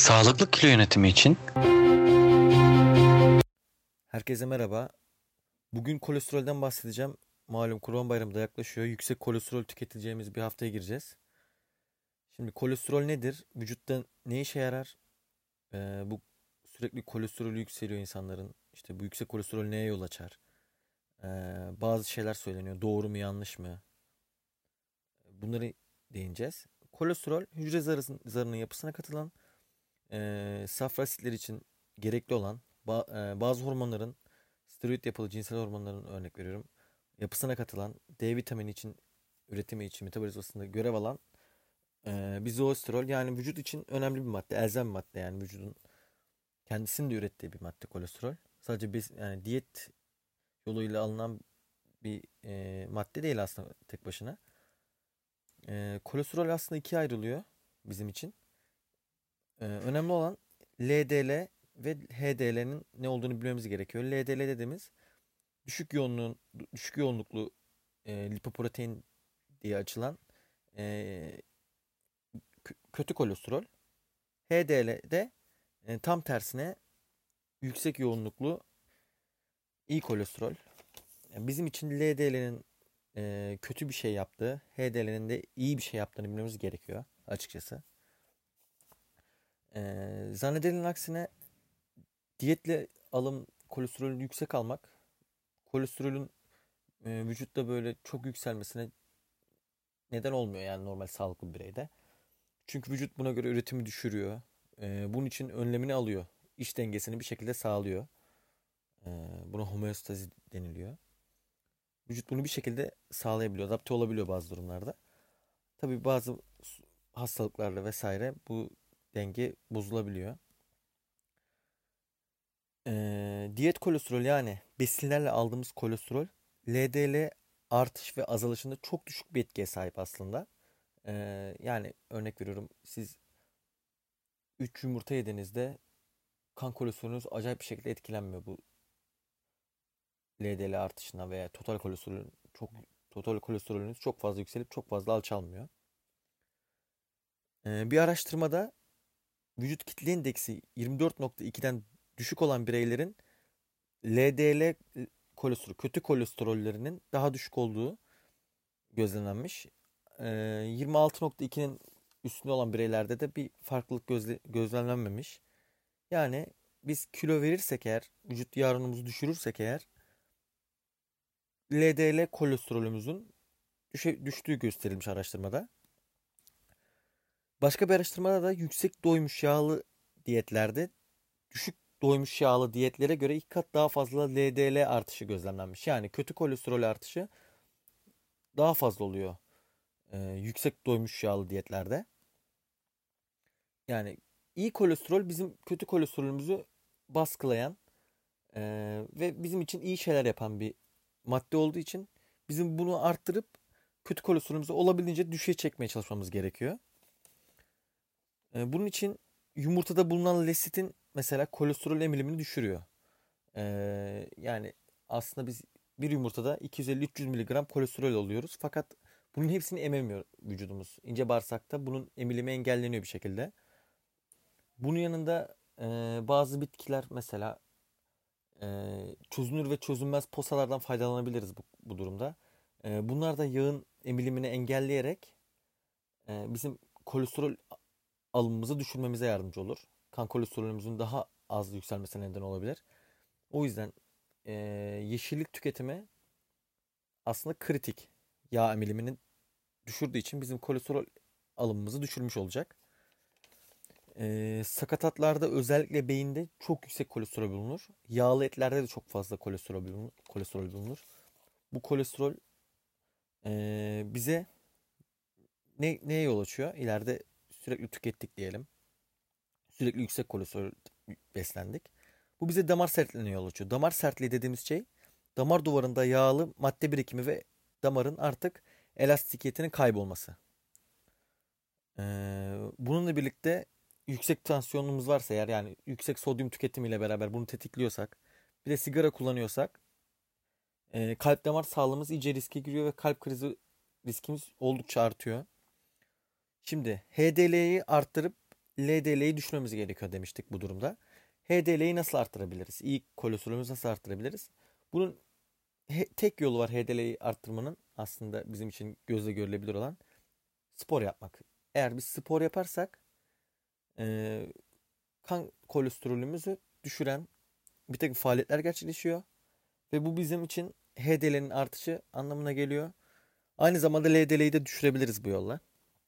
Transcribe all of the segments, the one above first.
Sağlıklı kilo yönetimi için Herkese merhaba. Bugün kolesterolden bahsedeceğim. Malum Kurban Bayramı da yaklaşıyor. Yüksek kolesterol tüketeceğimiz bir haftaya gireceğiz. Şimdi kolesterol nedir? Vücutta ne işe yarar? Bu sürekli kolesterolü yükseliyor insanların. İşte bu yüksek kolesterol neye yol açar? Ee, Bazı şeyler söyleniyor. Doğru mu yanlış mı? Bunları değineceğiz. Kolesterol hücre zarının yapısına katılan safra asitleri için gerekli olan bazı hormonların steroid yapılı cinsel hormonların örnek veriyorum. Yapısına katılan D vitamini için üretimi için metabolizmasında görev alan bir zoosterol yani vücut için önemli bir madde, elzem bir madde yani vücudun kendisinin de ürettiği bir madde kolesterol. Sadece biz yani diyet yoluyla alınan bir madde değil aslında tek başına. Kolesterol aslında ikiye ayrılıyor bizim için. Önemli olan LDL ve HDL'nin ne olduğunu bilmemiz gerekiyor. LDL dediğimiz düşük yoğunluklu lipoprotein diye açılan e, kötü kolesterol. HDL de tam tersine yüksek yoğunluklu iyi kolesterol. Yani bizim için LDL'nin kötü bir şey yaptığı, HDL'nin de iyi bir şey yaptığını bilmemiz gerekiyor açıkçası. Zannedilenin aksine diyetle kolesterolü yüksek almak, kolesterolün vücutta böyle çok yükselmesine neden olmuyor yani normal sağlıklı bir bireyde. Çünkü vücut buna göre üretimi düşürüyor. Bunun için önlemini alıyor. İç dengesini bir şekilde sağlıyor. Buna homeostazi deniliyor. Vücut bunu bir şekilde sağlayabiliyor, adapte olabiliyor bazı durumlarda. Tabii bazı hastalıklarla vesaire bu denge bozulabiliyor. Diyet kolesterol yani besinlerle aldığımız kolesterol LDL artış ve azalışında çok düşük bir etkiye sahip aslında. Yani örnek veriyorum siz 3 yumurta yediğinizde kan kolesterolünüz acayip bir şekilde etkilenmiyor bu LDL artışına veya total kolesterolünüz çok fazla yükselip çok fazla alçalmıyor. Bir araştırmada vücut kitle indeksi 24,2'den düşük olan bireylerin LDL kötü kolesterollerinin daha düşük olduğu gözlenmiş. 26,2'nin üstünde olan bireylerde de bir farklılık gözlemlenmemiş. Yani biz kilo verirsek eğer, vücut yağlarımızı düşürürsek eğer LDL kolesterolümüzün düştüğü gösterilmiş araştırmada. Başka bir araştırmada da yüksek doymuş yağlı diyetlerde düşük doymuş yağlı diyetlere göre 2 kat daha fazla LDL artışı gözlemlenmiş. Yani kötü kolesterol artışı daha fazla oluyor yüksek doymuş yağlı diyetlerde. Yani iyi kolesterol bizim kötü kolesterolümüzü baskılayan ve bizim için iyi şeyler yapan bir madde olduğu için bizim bunu arttırıp kötü kolesterolümüzü olabildiğince düşüğe çekmeye çalışmamız gerekiyor. Bunun için yumurtada bulunan lesitin mesela kolesterol emilimini düşürüyor. Yani aslında biz bir yumurtada 250-300 miligram kolesterol alıyoruz. Fakat bunun hepsini ememiyor vücudumuz. İnce bağırsakta bunun emilimi engelleniyor bir şekilde. Bunun yanında bazı bitkiler mesela çözünür ve çözünmez posalardan faydalanabiliriz bu durumda. Bunlar da yağın emilimini engelleyerek bizim kolesterol alımımızı düşürmemize yardımcı olur. Kan kolesterolümüzün daha az yükselmesine neden olabilir. O yüzden yeşillik tüketimi aslında kritik. Yağ emilimini düşürdüğü için bizim kolesterol alımımızı düşürmüş olacak. Sakatatlarda özellikle beyinde çok yüksek kolesterol bulunur. Yağlı etlerde de çok fazla kolesterol bulunur. Bu kolesterol bize neye yol açıyor? İleride sürekli tükettik diyelim. Sürekli yüksek kolesterol beslendik. Bu bize damar sertliğine yol açıyor. Damar sertliği dediğimiz şey damar duvarında yağlı madde birikimi ve damarın artık elastikiyetinin kaybolması. Bununla birlikte yüksek tansiyonumuz varsa eğer yani yüksek sodyum tüketimiyle beraber bunu tetikliyorsak bir de sigara kullanıyorsak kalp damar sağlığımız iyice riske giriyor ve kalp krizi riskimiz oldukça artıyor. Şimdi HDL'yi arttırıp LDL'yi düşürmemiz gerekiyor demiştik bu durumda. HDL'yi nasıl arttırabiliriz? İyi kolesterolümüzü nasıl arttırabiliriz? Bunun tek yolu var HDL'yi arttırmanın, aslında bizim için gözle görülebilir olan spor yapmak. Eğer biz spor yaparsak e, kan kolesterolümüzü düşüren bir takım faaliyetler gerçekleşiyor. Ve bu bizim için HDL'nin artışı anlamına geliyor. Aynı zamanda LDL'yi de düşürebiliriz bu yolla.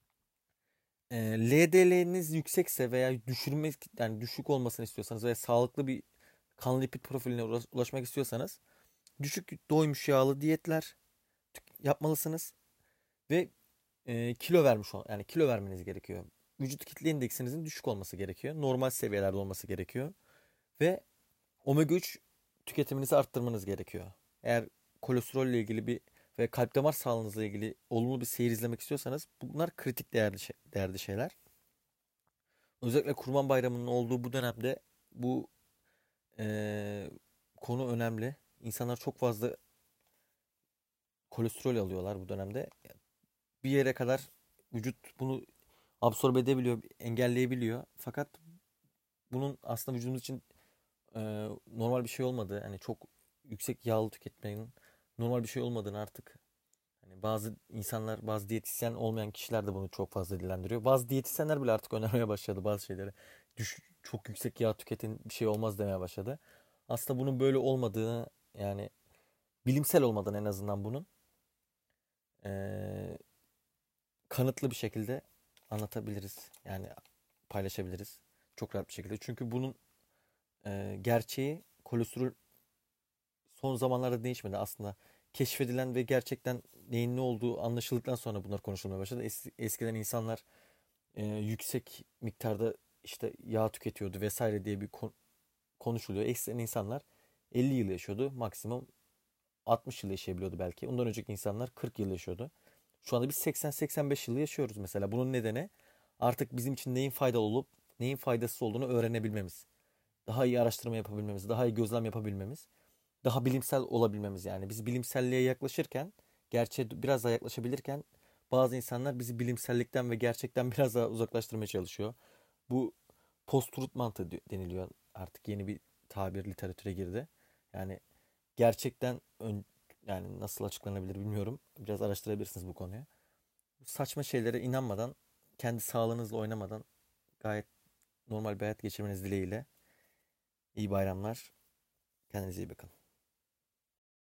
LDL'niz yüksekse veya düşürmek, yani düşük olmasını istiyorsanız veya sağlıklı bir kan lipid profiline ulaşmak istiyorsanız düşük doymuş yağlı diyetler yapmalısınız ve kilo vermiş yani kilo vermeniz gerekiyor. Vücut kitle indeksinizin düşük olması gerekiyor. Normal seviyelerde olması gerekiyor ve omega 3 tüketiminizi arttırmanız gerekiyor. Eğer kolesterolle ilgili bir ve kalp damar sağlığınızla ilgili olumlu bir seyir izlemek istiyorsanız bunlar kritik değerli şeyler. Özellikle Kurban Bayramı'nın olduğu bu dönemde bu eee, konu önemli. İnsanlar çok fazla kolesterol alıyorlar bu dönemde. Bir yere kadar vücut bunu absorbe edebiliyor, engelleyebiliyor. Fakat bunun aslında vücudumuz için normal bir şey olmadığı, hani çok yüksek yağlı tüketmenin normal bir şey olmadığını artık hani bazı insanlar, bazı diyetisyen olmayan kişiler de bunu çok fazla dillendiriyor. Bazı diyetisyenler bile artık önermeye başladı bazı şeyleri. Çok yüksek yağ tüketin, bir şey olmaz demeye başladı. Aslında bunun böyle olmadığını, yani bilimsel olmadan en azından bunun eee, kanıtlı bir şekilde anlatabiliriz. Yani paylaşabiliriz çok rahat bir şekilde. Çünkü bunun gerçeği, kolesterol son zamanlarda değişmedi aslında. Keşfedilen ve gerçekten neyin ne olduğu anlaşıldıktan sonra bunlar konuşulmaya başladı. Eskiden insanlar yüksek miktarda işte yağ tüketiyordu vesaire diye bir konuşuluyor. Eskiden insanlar 50 yıl yaşıyordu. Maksimum 60 yıl yaşayabiliyordu belki. Ondan önceki insanlar 40 yıl yaşıyordu. Şu anda biz 80-85 yıl yaşıyoruz mesela. Bunun nedeni artık bizim için neyin faydalı olup neyin faydasız olduğunu öğrenebilmemiz. Daha iyi araştırma yapabilmemiz, daha iyi gözlem yapabilmemiz, daha bilimsel olabilmemiz yani. Biz bilimselliğe yaklaşırken, gerçeğe biraz daha yaklaşabilirken bazı insanlar bizi bilimsellikten ve gerçekten biraz daha uzaklaştırmaya çalışıyor. Bu post-truth mantığı deniliyor. Artık yeni bir tabir literatüre girdi. Yani gerçekten yani nasıl açıklanabilir bilmiyorum. Biraz araştırabilirsiniz bu konuyu. Saçma şeylere inanmadan, kendi sağlığınızla oynamadan gayet normal bir hayat geçirmeniz dileğiyle. İyi bayramlar. Kendinize iyi bakın.